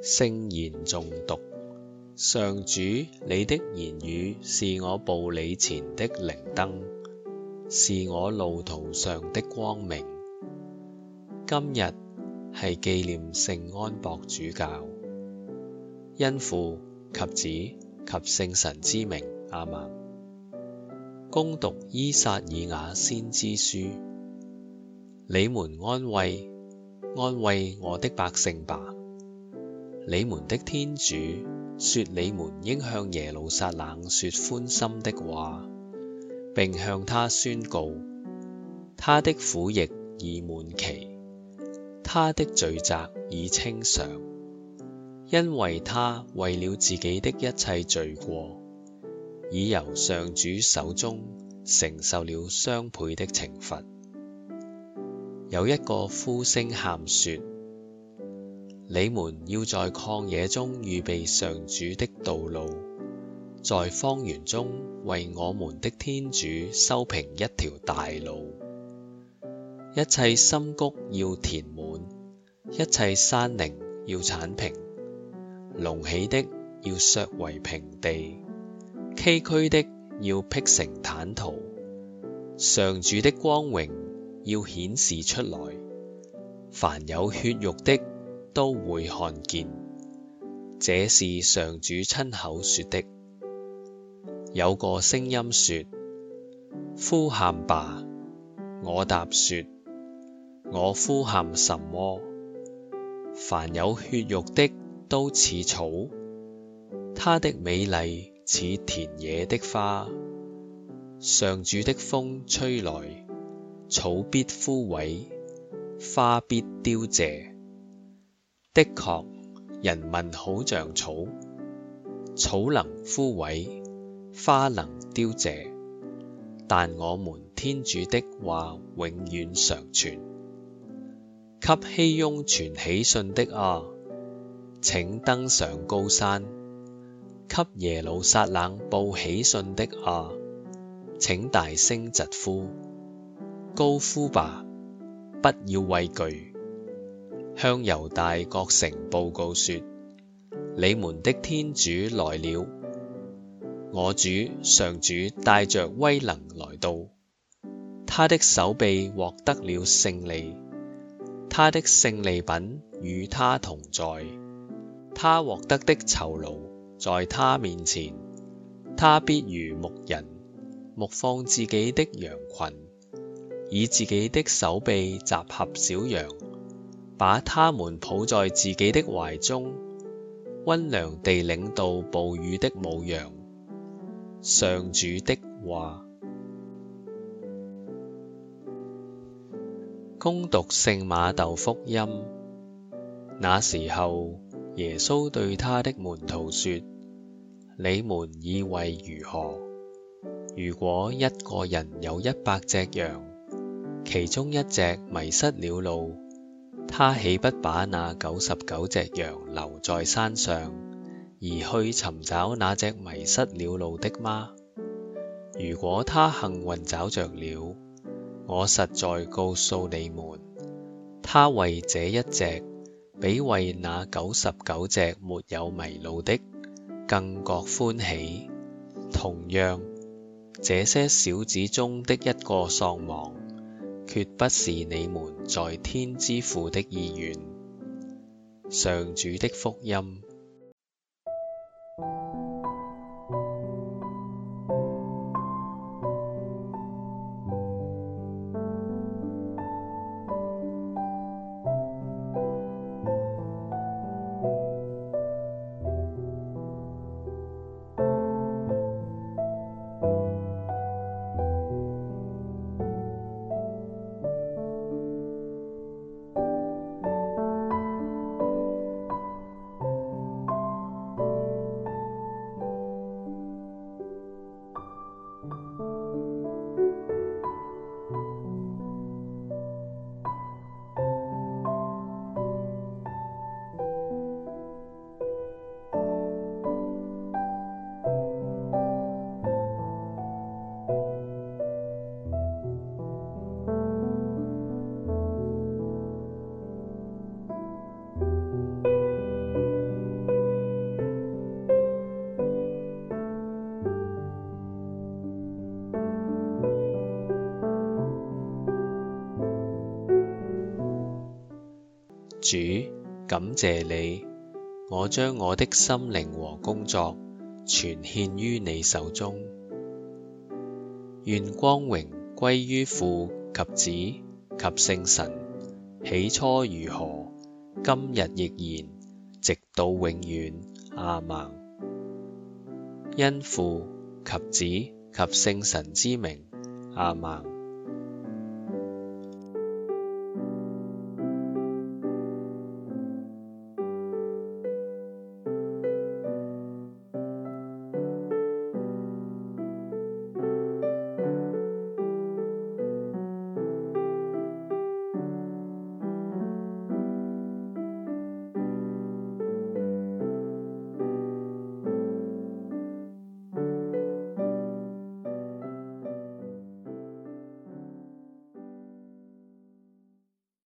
聖言誦讀。上主，你的言語是我步履前的靈燈，是我路途上的光明。今日係紀念聖安博主教，因父及子及聖神之名，阿們。恭讀依撒意亞先知書。你們安慰，安慰我的百姓吧。你們的天主說，你們應向耶路撒冷說寬心的話，並向他宣告，他的苦役已滿期，他的罪責已清償，因為他為了自己的一切罪過，已由上主手中承受了雙倍的懲罰。有一個呼聲喊說，你們要在曠野中預備上主的道路，在荒原中為我們的天主修平一條大路。一切深谷要填滿，一切山陵要剷平，隆起的要削為平地，崎嶇的要闢成坦途。上主的光榮要顯示出來，凡有血肉的都會看見。這是上主親口說的。有個聲音說，呼喊吧。我答說，我呼喊什麼？凡有血肉的都似草，它的美麗似田野的花。上主的風吹來，草必枯萎，花必凋謝。的確，人民好像草，草能枯萎，花能凋謝，但我們天主的話永遠常存。給熙雍傳喜訊的啊，請登上高山；給耶路撒冷報喜訊的啊，請大聲疾呼，高呼吧，不要畏懼。向猶大各城報告說，你們的天主來了，我主上主帶着威能來到，他的手臂獲得了勝利，他的勝利品與他同在，他獲得的酬勞在他面前，他必如牧人牧放自己的羊群，以自己的手臂集合小羊，把他們抱在自己的懷中，溫良地領導哺乳的母羊。上主的話。恭讀聖瑪竇福音。那時候，耶穌對他的門徒說，你們以為如何？如果一個人有100隻羊，其中一隻迷失了路，他豈不把那99隻羊留在山上，而去尋找那隻迷失了路的嗎？如果他幸運找着了，我實在告訴你們，他為這一隻，比為那99隻沒有迷路的更覺歡喜。同樣，這些小子中的一個喪亡，決不是你們在天之父的意願。上主的福音。 主，感謝你，我將我的心靈和工作全獻於你手中。願光榮歸於父及子及聖神，起初如何，今日亦然，直到永遠。阿們。因父及子及聖神之名。阿們。